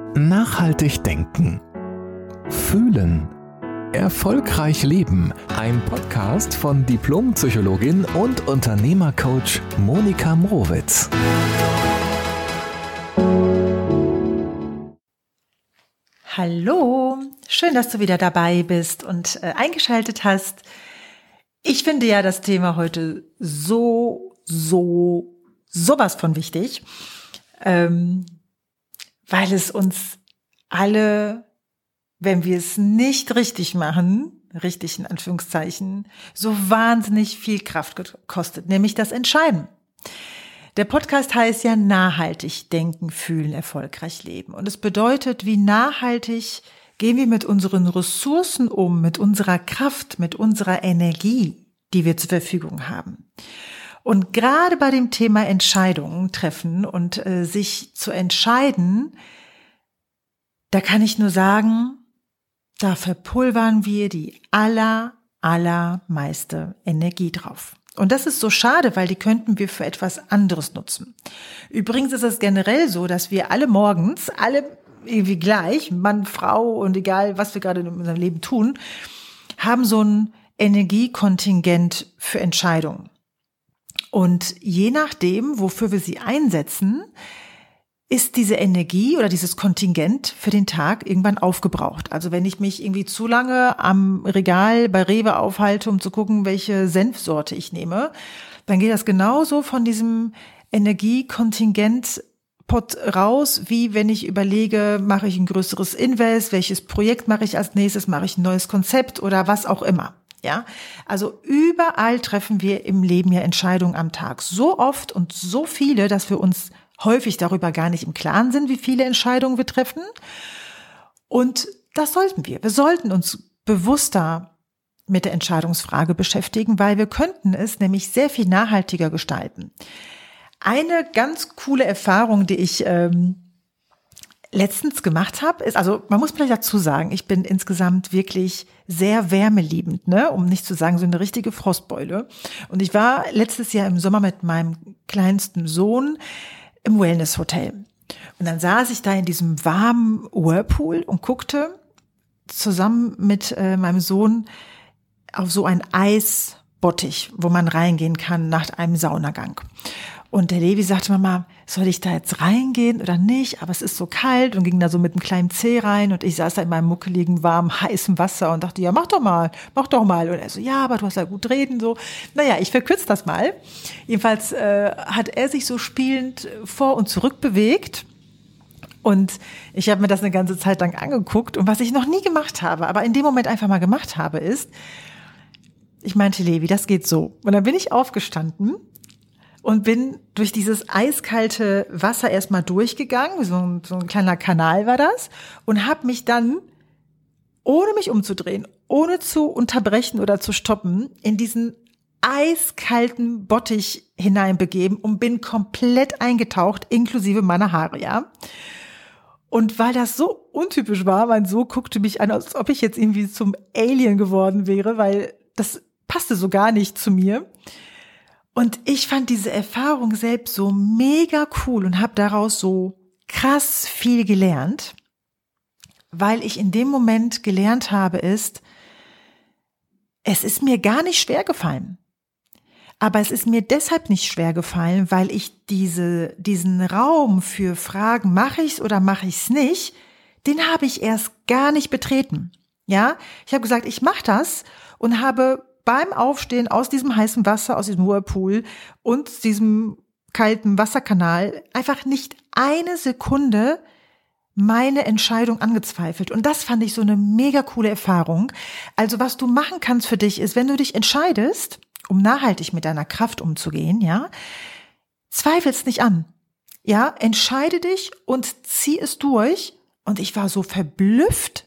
Nachhaltig denken. Fühlen. Erfolgreich leben. Ein Podcast von Diplompsychologin und Unternehmercoach Monika Mrowitz. Hallo, schön, dass du wieder dabei bist und eingeschaltet hast. Ich finde ja das Thema heute sowas von wichtig, weil es uns alle, wenn wir es nicht richtig machen, richtig in Anführungszeichen, so wahnsinnig viel Kraft kostet, nämlich das Entscheiden. Der Podcast heißt ja nachhaltig denken, fühlen, erfolgreich leben. Und es bedeutet, wie nachhaltig gehen wir mit unseren Ressourcen um, mit unserer Kraft, mit unserer Energie, die wir zur Verfügung haben. Und gerade bei dem Thema Entscheidungen treffen und sich zu entscheiden, da kann ich nur sagen, da verpulvern wir die allermeiste Energie drauf. Und das ist so schade, weil die könnten wir für etwas anderes nutzen. Übrigens ist es generell so, dass wir alle morgens, alle irgendwie gleich, Mann, Frau und egal, was wir gerade in unserem Leben tun, haben so ein Energiekontingent für Entscheidungen. Und je nachdem, wofür wir sie einsetzen, ist diese Energie oder dieses Kontingent für den Tag irgendwann aufgebraucht. Also wenn ich mich irgendwie zu lange am Regal bei Rewe aufhalte, um zu gucken, welche Senfsorte ich nehme, dann geht das genauso von diesem Energiekontingentpot raus, wie wenn ich überlege, mache ich ein größeres Invest, welches Projekt mache ich als nächstes, mache ich ein neues Konzept oder was auch immer. Ja, also überall treffen wir im Leben ja Entscheidungen am Tag. So oft und so viele, dass wir uns häufig darüber gar nicht im Klaren sind, wie viele Entscheidungen wir treffen. Und das sollten wir. Wir sollten uns bewusster mit der Entscheidungsfrage beschäftigen, weil wir könnten es nämlich sehr viel nachhaltiger gestalten. Eine ganz coole Erfahrung, die ich letztens gemacht habe, ist, also man muss vielleicht dazu sagen, ich bin insgesamt wirklich sehr wärmeliebend, um nicht zu sagen so eine richtige Frostbeule. Und ich war letztes Jahr im Sommer mit meinem kleinsten Sohn im Wellness-Hotel. Und dann saß ich da in diesem warmen Whirlpool und guckte zusammen mit meinem Sohn auf so ein Eisbottich, wo man reingehen kann nach einem Saunagang. Und der Levi sagte, Mama, soll ich da jetzt reingehen oder nicht? Aber es ist so kalt, und ging da so mit einem kleinen Zeh rein und ich saß da in meinem muckeligen, warmen, heißen Wasser und dachte, ja, mach doch mal. Und er so, ja, aber du hast ja gut reden, so. Naja, ich verkürze das mal. Jedenfalls hat er sich so spielend vor und zurück bewegt. Und ich habe mir das eine ganze Zeit lang angeguckt. Und was ich noch nie gemacht habe, aber in dem Moment einfach mal gemacht habe, ist, ich meinte, Levi, das geht so. Und dann bin ich aufgestanden und bin durch dieses eiskalte Wasser erstmal durchgegangen, so ein kleiner Kanal war das, und habe mich dann, ohne mich umzudrehen, ohne zu unterbrechen oder zu stoppen, in diesen eiskalten Bottich hineinbegeben und bin komplett eingetaucht, inklusive meiner Haare, ja. Und weil das so untypisch war, mein Sohn guckte mich an, als ob ich jetzt irgendwie zum Alien geworden wäre, weil das passte so gar nicht zu mir. Und ich fand diese Erfahrung selbst so mega cool und habe daraus so krass viel gelernt, weil ich in dem Moment gelernt habe, es ist mir gar nicht schwer gefallen. Aber es ist mir deshalb nicht schwer gefallen, weil ich diesen Raum für Fragen, mache ich's oder mache ich's nicht, den habe ich erst gar nicht betreten. Ja, ich habe gesagt, ich mache das und habe beim Aufstehen aus diesem heißen Wasser, aus diesem Whirlpool und diesem kalten Wasserkanal einfach nicht eine Sekunde meine Entscheidung angezweifelt. Und das fand ich so eine mega coole Erfahrung. Also was du machen kannst für dich ist, wenn du dich entscheidest, um nachhaltig mit deiner Kraft umzugehen, ja, zweifel's nicht an. Ja, entscheide dich und zieh es durch. Und ich war so verblüfft,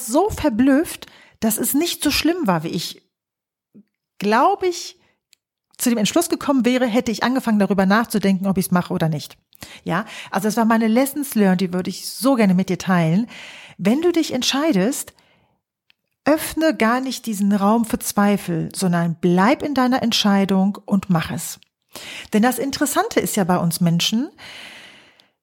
dass es nicht so schlimm war, wie ich, glaube ich, zu dem Entschluss gekommen wäre, hätte ich angefangen, darüber nachzudenken, ob ich es mache oder nicht. Ja, also das war meine Lessons learned, die würde ich so gerne mit dir teilen. Wenn du dich entscheidest, öffne gar nicht diesen Raum für Zweifel, sondern bleib in deiner Entscheidung und mach es. Denn das Interessante ist ja bei uns Menschen,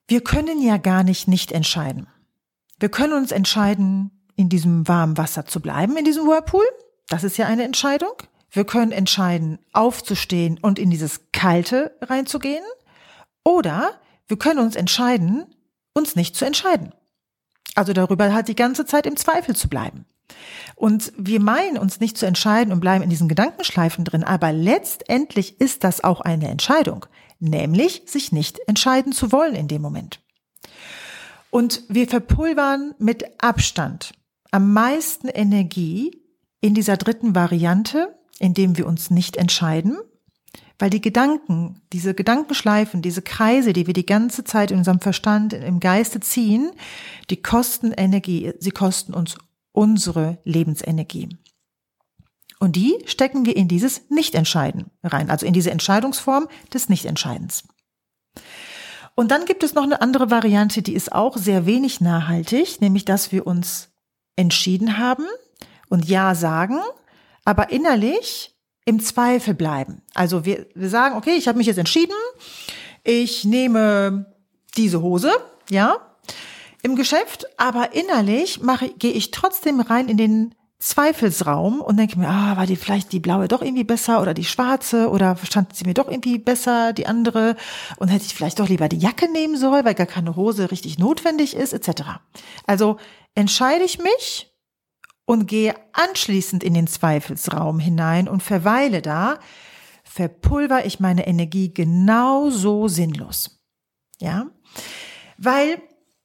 wir können ja gar nicht entscheiden. Wir können uns entscheiden, in diesem warmen Wasser zu bleiben, in diesem Whirlpool. Das ist ja eine Entscheidung. Wir können entscheiden, aufzustehen und in dieses Kalte reinzugehen. Oder wir können uns entscheiden, uns nicht zu entscheiden. Also darüber halt die ganze Zeit im Zweifel zu bleiben. Und wir meinen, uns nicht zu entscheiden und bleiben in diesen Gedankenschleifen drin. Aber letztendlich ist das auch eine Entscheidung. Nämlich, sich nicht entscheiden zu wollen in dem Moment. Und wir verpulvern mit Abstand am meisten Energie in dieser dritten Variante, indem wir uns nicht entscheiden, weil die Gedanken, diese Gedankenschleifen, diese Kreise, die wir die ganze Zeit in unserem Verstand, im Geiste ziehen, die kosten Energie, sie kosten uns unsere Lebensenergie. Und die stecken wir in dieses Nichtentscheiden rein, also in diese Entscheidungsform des Nichtentscheidens. Und dann gibt es noch eine andere Variante, die ist auch sehr wenig nachhaltig, nämlich dass wir uns entschieden haben und Ja sagen, aber innerlich im Zweifel bleiben. Also wir sagen, okay, ich habe mich jetzt entschieden, ich nehme diese Hose, ja, im Geschäft, aber innerlich gehe ich trotzdem rein in den Zweifelsraum und denke mir, war vielleicht die blaue doch irgendwie besser oder die schwarze oder stand sie mir doch irgendwie besser, die andere, und hätte ich vielleicht doch lieber die Jacke nehmen sollen, weil gar keine Hose richtig notwendig ist, etc. Also entscheide ich mich und gehe anschließend in den Zweifelsraum hinein und verweile da, verpulver ich meine Energie genauso sinnlos. Ja? Weil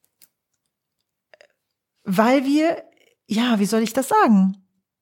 wir, ja, wie soll ich das sagen?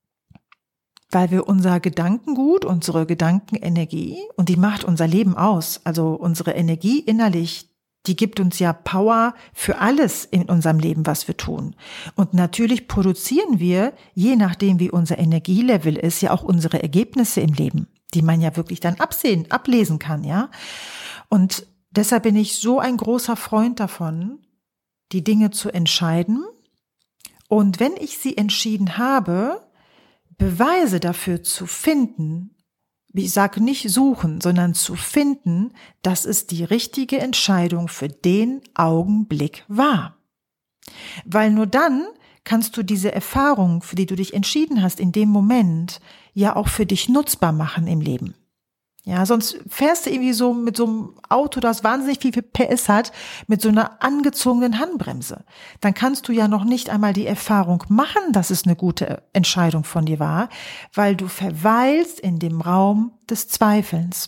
Weil wir unser Gedankengut, unsere Gedankenenergie, und die macht unser Leben aus, also unsere Energie innerlich, die gibt uns ja Power für alles in unserem Leben, was wir tun. Und natürlich produzieren wir, je nachdem wie unser Energielevel ist, ja auch unsere Ergebnisse im Leben, die man ja wirklich dann ablesen kann, ja. Und deshalb bin ich so ein großer Freund davon, die Dinge zu entscheiden. Und wenn ich sie entschieden habe, Beweise dafür zu finden, ich sage nicht suchen, sondern zu finden, dass es die richtige Entscheidung für den Augenblick war. Weil nur dann kannst du diese Erfahrung, für die du dich entschieden hast, in dem Moment ja auch für dich nutzbar machen im Leben. Ja, sonst fährst du irgendwie so mit so einem Auto, das wahnsinnig viel PS hat, mit so einer angezogenen Handbremse. Dann kannst du ja noch nicht einmal die Erfahrung machen, dass es eine gute Entscheidung von dir war, weil du verweilst in dem Raum des Zweifelns.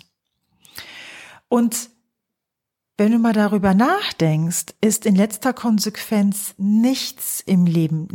Und wenn du mal darüber nachdenkst, ist in letzter Konsequenz nichts im Leben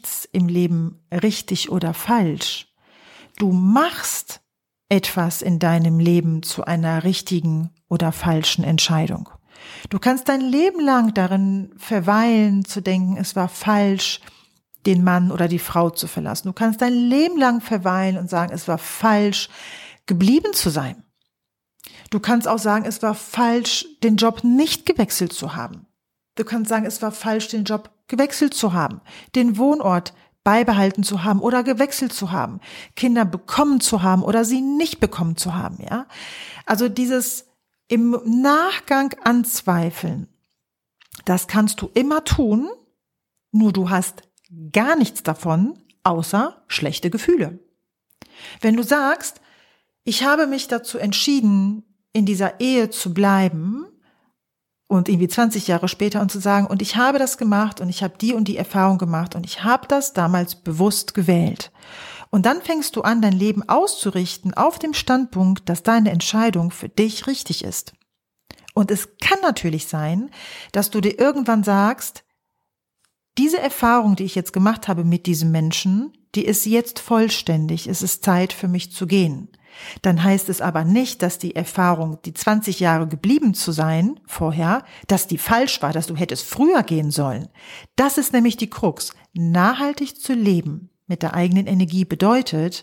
richtig oder falsch. Du machst etwas in deinem Leben zu einer richtigen oder falschen Entscheidung. Du kannst dein Leben lang darin verweilen, zu denken, es war falsch, den Mann oder die Frau zu verlassen. Du kannst dein Leben lang verweilen und sagen, es war falsch, geblieben zu sein. Du kannst auch sagen, es war falsch, den Job nicht gewechselt zu haben. Du kannst sagen, es war falsch, den Job gewechselt zu haben, den Wohnort beibehalten zu haben oder gewechselt zu haben, Kinder bekommen zu haben oder sie nicht bekommen zu haben, ja. Also dieses im Nachgang anzweifeln, das kannst du immer tun, nur du hast gar nichts davon, außer schlechte Gefühle. Wenn du sagst, ich habe mich dazu entschieden, in dieser Ehe zu bleiben, und irgendwie 20 Jahre später und zu sagen, und ich habe das gemacht und ich habe die und die Erfahrung gemacht und ich habe das damals bewusst gewählt. Und dann fängst du an, dein Leben auszurichten auf dem Standpunkt, dass deine Entscheidung für dich richtig ist. Und es kann natürlich sein, dass du dir irgendwann sagst, diese Erfahrung, die ich jetzt gemacht habe mit diesem Menschen, die ist jetzt vollständig, es ist Zeit für mich zu gehen. Dann heißt es aber nicht, dass die Erfahrung, die 20 Jahre geblieben zu sein vorher, dass die falsch war, dass du hättest früher gehen sollen. Das ist nämlich die Krux. Nachhaltig zu leben mit der eigenen Energie bedeutet,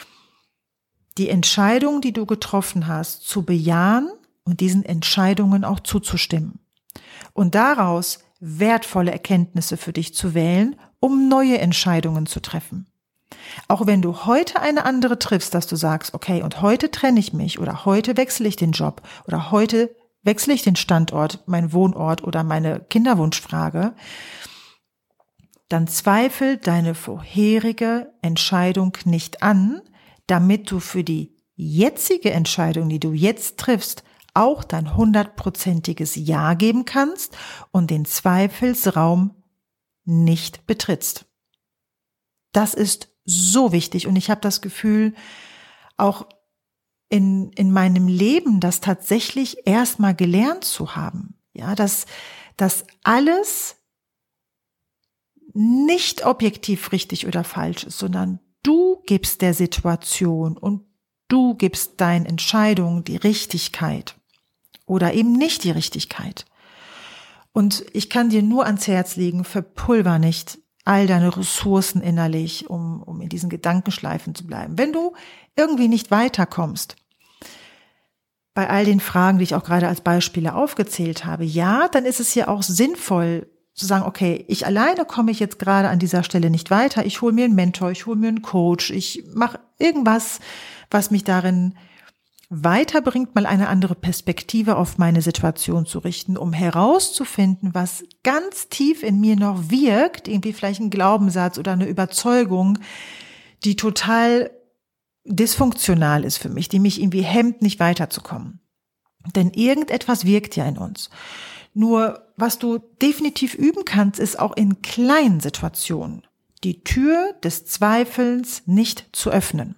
die Entscheidung, die du getroffen hast, zu bejahen und diesen Entscheidungen auch zuzustimmen. Und daraus wertvolle Erkenntnisse für dich zu wählen, um neue Entscheidungen zu treffen. Auch wenn du heute eine andere triffst, dass du sagst, okay, und heute trenne ich mich oder heute wechsle ich den Job oder heute wechsle ich den Standort, meinen Wohnort oder meine Kinderwunschfrage, dann zweifel deine vorherige Entscheidung nicht an, damit du für die jetzige Entscheidung, die du jetzt triffst, auch dein 100%iges Ja geben kannst und den Zweifelsraum nicht betrittst. Das ist so wichtig und ich habe das Gefühl, auch in meinem Leben das tatsächlich erstmal gelernt zu haben. Ja, dass alles nicht objektiv richtig oder falsch ist, sondern du gibst der Situation und du gibst deinen Entscheidungen die Richtigkeit oder eben nicht die Richtigkeit. Und ich kann dir nur ans Herz legen, verpulver nicht all deine Ressourcen innerlich, um in diesen Gedankenschleifen zu bleiben. Wenn du irgendwie nicht weiterkommst, bei all den Fragen, die ich auch gerade als Beispiele aufgezählt habe, ja, dann ist es ja auch sinnvoll zu sagen, okay, ich alleine komme ich jetzt gerade an dieser Stelle nicht weiter, ich hole mir einen Mentor, ich hole mir einen Coach, ich mache irgendwas, was mich darin weiterbringt, mal eine andere Perspektive auf meine Situation zu richten, um herauszufinden, was ganz tief in mir noch wirkt, irgendwie vielleicht ein Glaubenssatz oder eine Überzeugung, die total dysfunktional ist für mich, die mich irgendwie hemmt, nicht weiterzukommen. Denn irgendetwas wirkt ja in uns. Nur, was du definitiv üben kannst, ist auch in kleinen Situationen die Tür des Zweifelns nicht zu öffnen.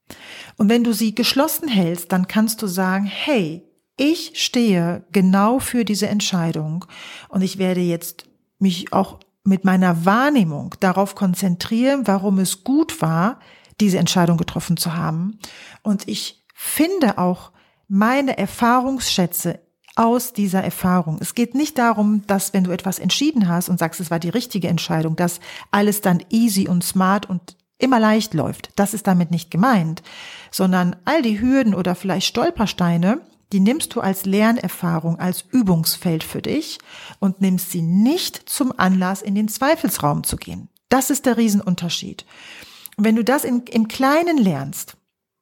Und wenn du sie geschlossen hältst, dann kannst du sagen, hey, ich stehe genau für diese Entscheidung und ich werde jetzt mich auch mit meiner Wahrnehmung darauf konzentrieren, warum es gut war, diese Entscheidung getroffen zu haben. Und ich finde auch meine Erfahrungsschätze aus dieser Erfahrung. Es geht nicht darum, dass wenn du etwas entschieden hast und sagst, es war die richtige Entscheidung, dass alles dann easy und smart und immer leicht läuft. Das ist damit nicht gemeint, sondern all die Hürden oder vielleicht Stolpersteine, die nimmst du als Lernerfahrung, als Übungsfeld für dich und nimmst sie nicht zum Anlass, in den Zweifelsraum zu gehen. Das ist der Riesenunterschied. Und wenn du das im Kleinen lernst,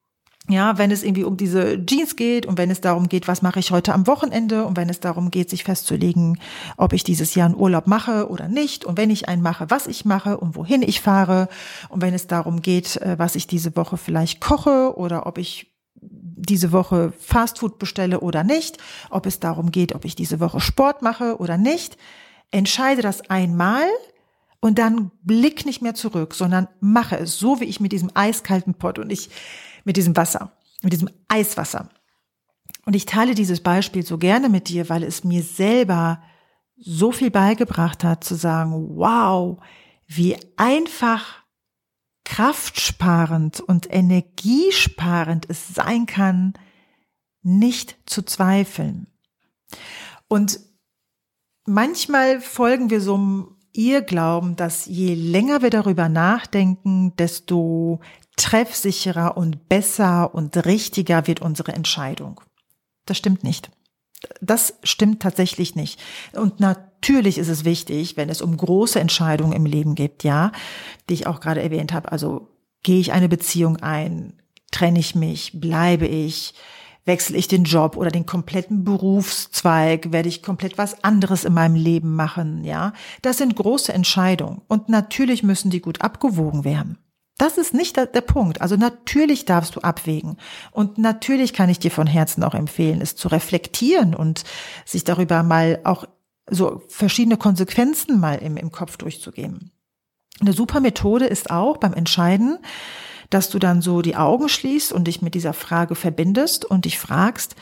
ja, wenn es irgendwie um diese Jeans geht und wenn es darum geht, was mache ich heute am Wochenende und wenn es darum geht, sich festzulegen, ob ich dieses Jahr einen Urlaub mache oder nicht und wenn ich einen mache, was ich mache und wohin ich fahre und wenn es darum geht, was ich diese Woche vielleicht koche oder ob ich diese Woche Fastfood bestelle oder nicht, ob es darum geht, ob ich diese Woche Sport mache oder nicht, entscheide das einmal und dann blick nicht mehr zurück, sondern mache es so, wie ich mit diesem eiskalten Pott und mit diesem Wasser, mit diesem Eiswasser. Und ich teile dieses Beispiel so gerne mit dir, weil es mir selber so viel beigebracht hat, zu sagen, wow, wie einfach kraftsparend und energiesparend es sein kann, nicht zu zweifeln. Und manchmal folgen wir so einem Irrglauben, dass je länger wir darüber nachdenken, desto treffsicherer und besser und richtiger wird unsere Entscheidung. Das stimmt nicht. Das stimmt tatsächlich nicht. Und natürlich ist es wichtig, wenn es um große Entscheidungen im Leben geht, ja, die ich auch gerade erwähnt habe. Also gehe ich eine Beziehung ein, trenne ich mich, bleibe ich, wechsle ich den Job oder den kompletten Berufszweig, werde ich komplett was anderes in meinem Leben machen, ja. Das sind große Entscheidungen und natürlich müssen die gut abgewogen werden. Das ist nicht der Punkt. Also natürlich darfst du abwägen und natürlich kann ich dir von Herzen auch empfehlen, es zu reflektieren und sich darüber mal auch so verschiedene Konsequenzen mal im Kopf durchzugehen. Eine super Methode ist auch beim Entscheiden, dass du dann so die Augen schließt und dich mit dieser Frage verbindest und dich fragst,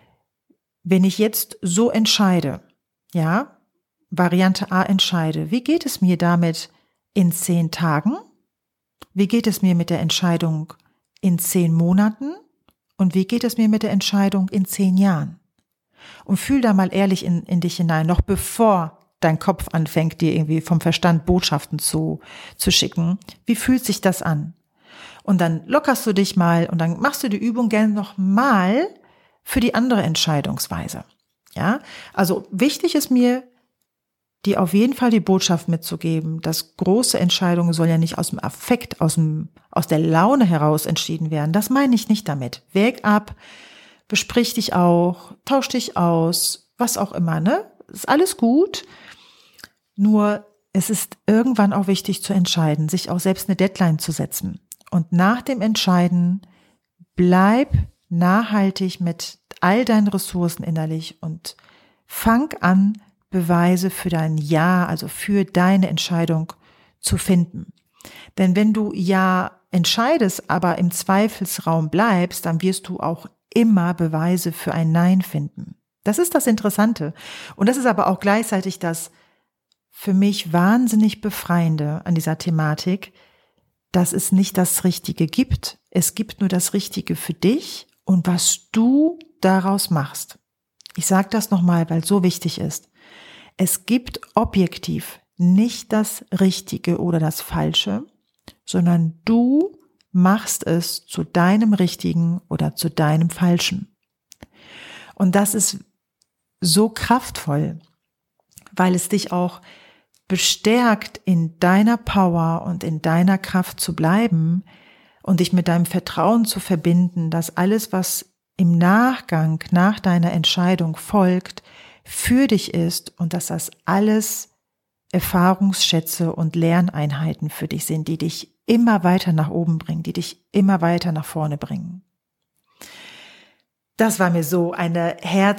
wenn ich jetzt so entscheide, ja, Variante A entscheide, wie geht es mir damit in 10 Tagen? Wie geht es mir mit der Entscheidung in 10 Monaten? Und wie geht es mir mit der Entscheidung in 10 Jahren? Und fühl da mal ehrlich in dich hinein, noch bevor dein Kopf anfängt, dir irgendwie vom Verstand Botschaften zu schicken. Wie fühlt sich das an? Und dann lockerst du dich mal und dann machst du die Übung gerne nochmal für die andere Entscheidungsweise. Ja, also wichtig ist mir, dir auf jeden Fall die Botschaft mitzugeben, dass große Entscheidungen sollen ja nicht aus dem Affekt, aus der Laune heraus entschieden werden. Das meine ich nicht damit. Wäg ab, besprich dich auch, tausch dich aus, was auch immer, ne? Ist alles gut. Nur es ist irgendwann auch wichtig zu entscheiden, sich auch selbst eine Deadline zu setzen. Und nach dem Entscheiden bleib nachhaltig mit all deinen Ressourcen innerlich und fang an, Beweise für dein Ja, also für deine Entscheidung zu finden. Denn wenn du Ja entscheidest, aber im Zweifelsraum bleibst, dann wirst du auch immer Beweise für ein Nein finden. Das ist das Interessante. Und das ist aber auch gleichzeitig das für mich wahnsinnig Befreiende an dieser Thematik, dass es nicht das Richtige gibt. Es gibt nur das Richtige für dich und was du daraus machst. Ich sage das nochmal, weil es so wichtig ist. Es gibt objektiv nicht das Richtige oder das Falsche, sondern du machst es zu deinem Richtigen oder zu deinem Falschen. Und das ist so kraftvoll, weil es dich auch bestärkt, in deiner Power und in deiner Kraft zu bleiben und dich mit deinem Vertrauen zu verbinden, dass alles, was im Nachgang nach deiner Entscheidung folgt, für dich ist und dass das alles Erfahrungsschätze und Lerneinheiten für dich sind, die dich immer weiter nach oben bringen, die dich immer weiter nach vorne bringen. Das war mir so eine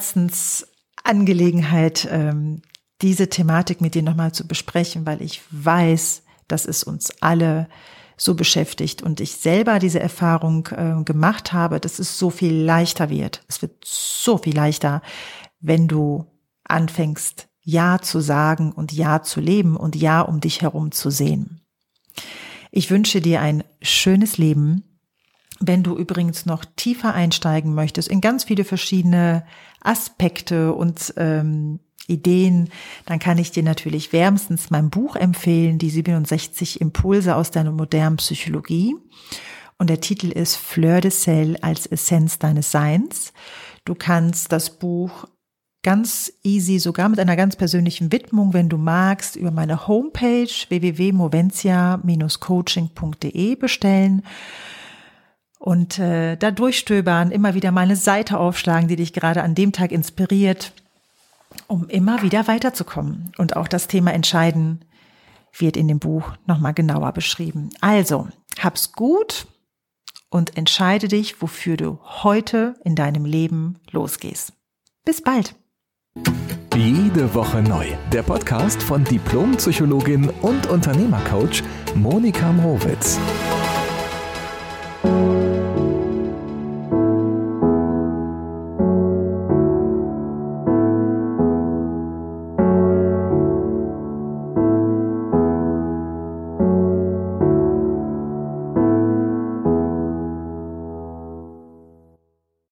Herzensangelegenheit, diese Thematik mit dir nochmal zu besprechen, weil ich weiß, dass es uns alle so beschäftigt und ich selber diese Erfahrung gemacht habe, dass es so viel leichter wird. Es wird so viel leichter, wenn du anfängst, Ja zu sagen und Ja zu leben und Ja um dich herum zu sehen. Ich wünsche dir ein schönes Leben. Wenn du übrigens noch tiefer einsteigen möchtest in ganz viele verschiedene Aspekte und Ideen, dann kann ich dir natürlich wärmstens mein Buch empfehlen, die 67 Impulse aus deiner modernen Psychologie. Und der Titel ist Fleur de Sel als Essenz deines Seins. Du kannst das Buch ganz easy, sogar mit einer ganz persönlichen Widmung, wenn du magst, über meine Homepage www.moventia-coaching.de bestellen und da durchstöbern, immer wieder mal eine Seite aufschlagen, die dich gerade an dem Tag inspiriert, um immer wieder weiterzukommen. Und auch das Thema Entscheiden wird in dem Buch nochmal genauer beschrieben. Also, hab's gut und entscheide dich, wofür du heute in deinem Leben losgehst. Bis bald! Jede Woche neu. Der Podcast von Diplompsychologin und Unternehmercoach Monika Mrowitz.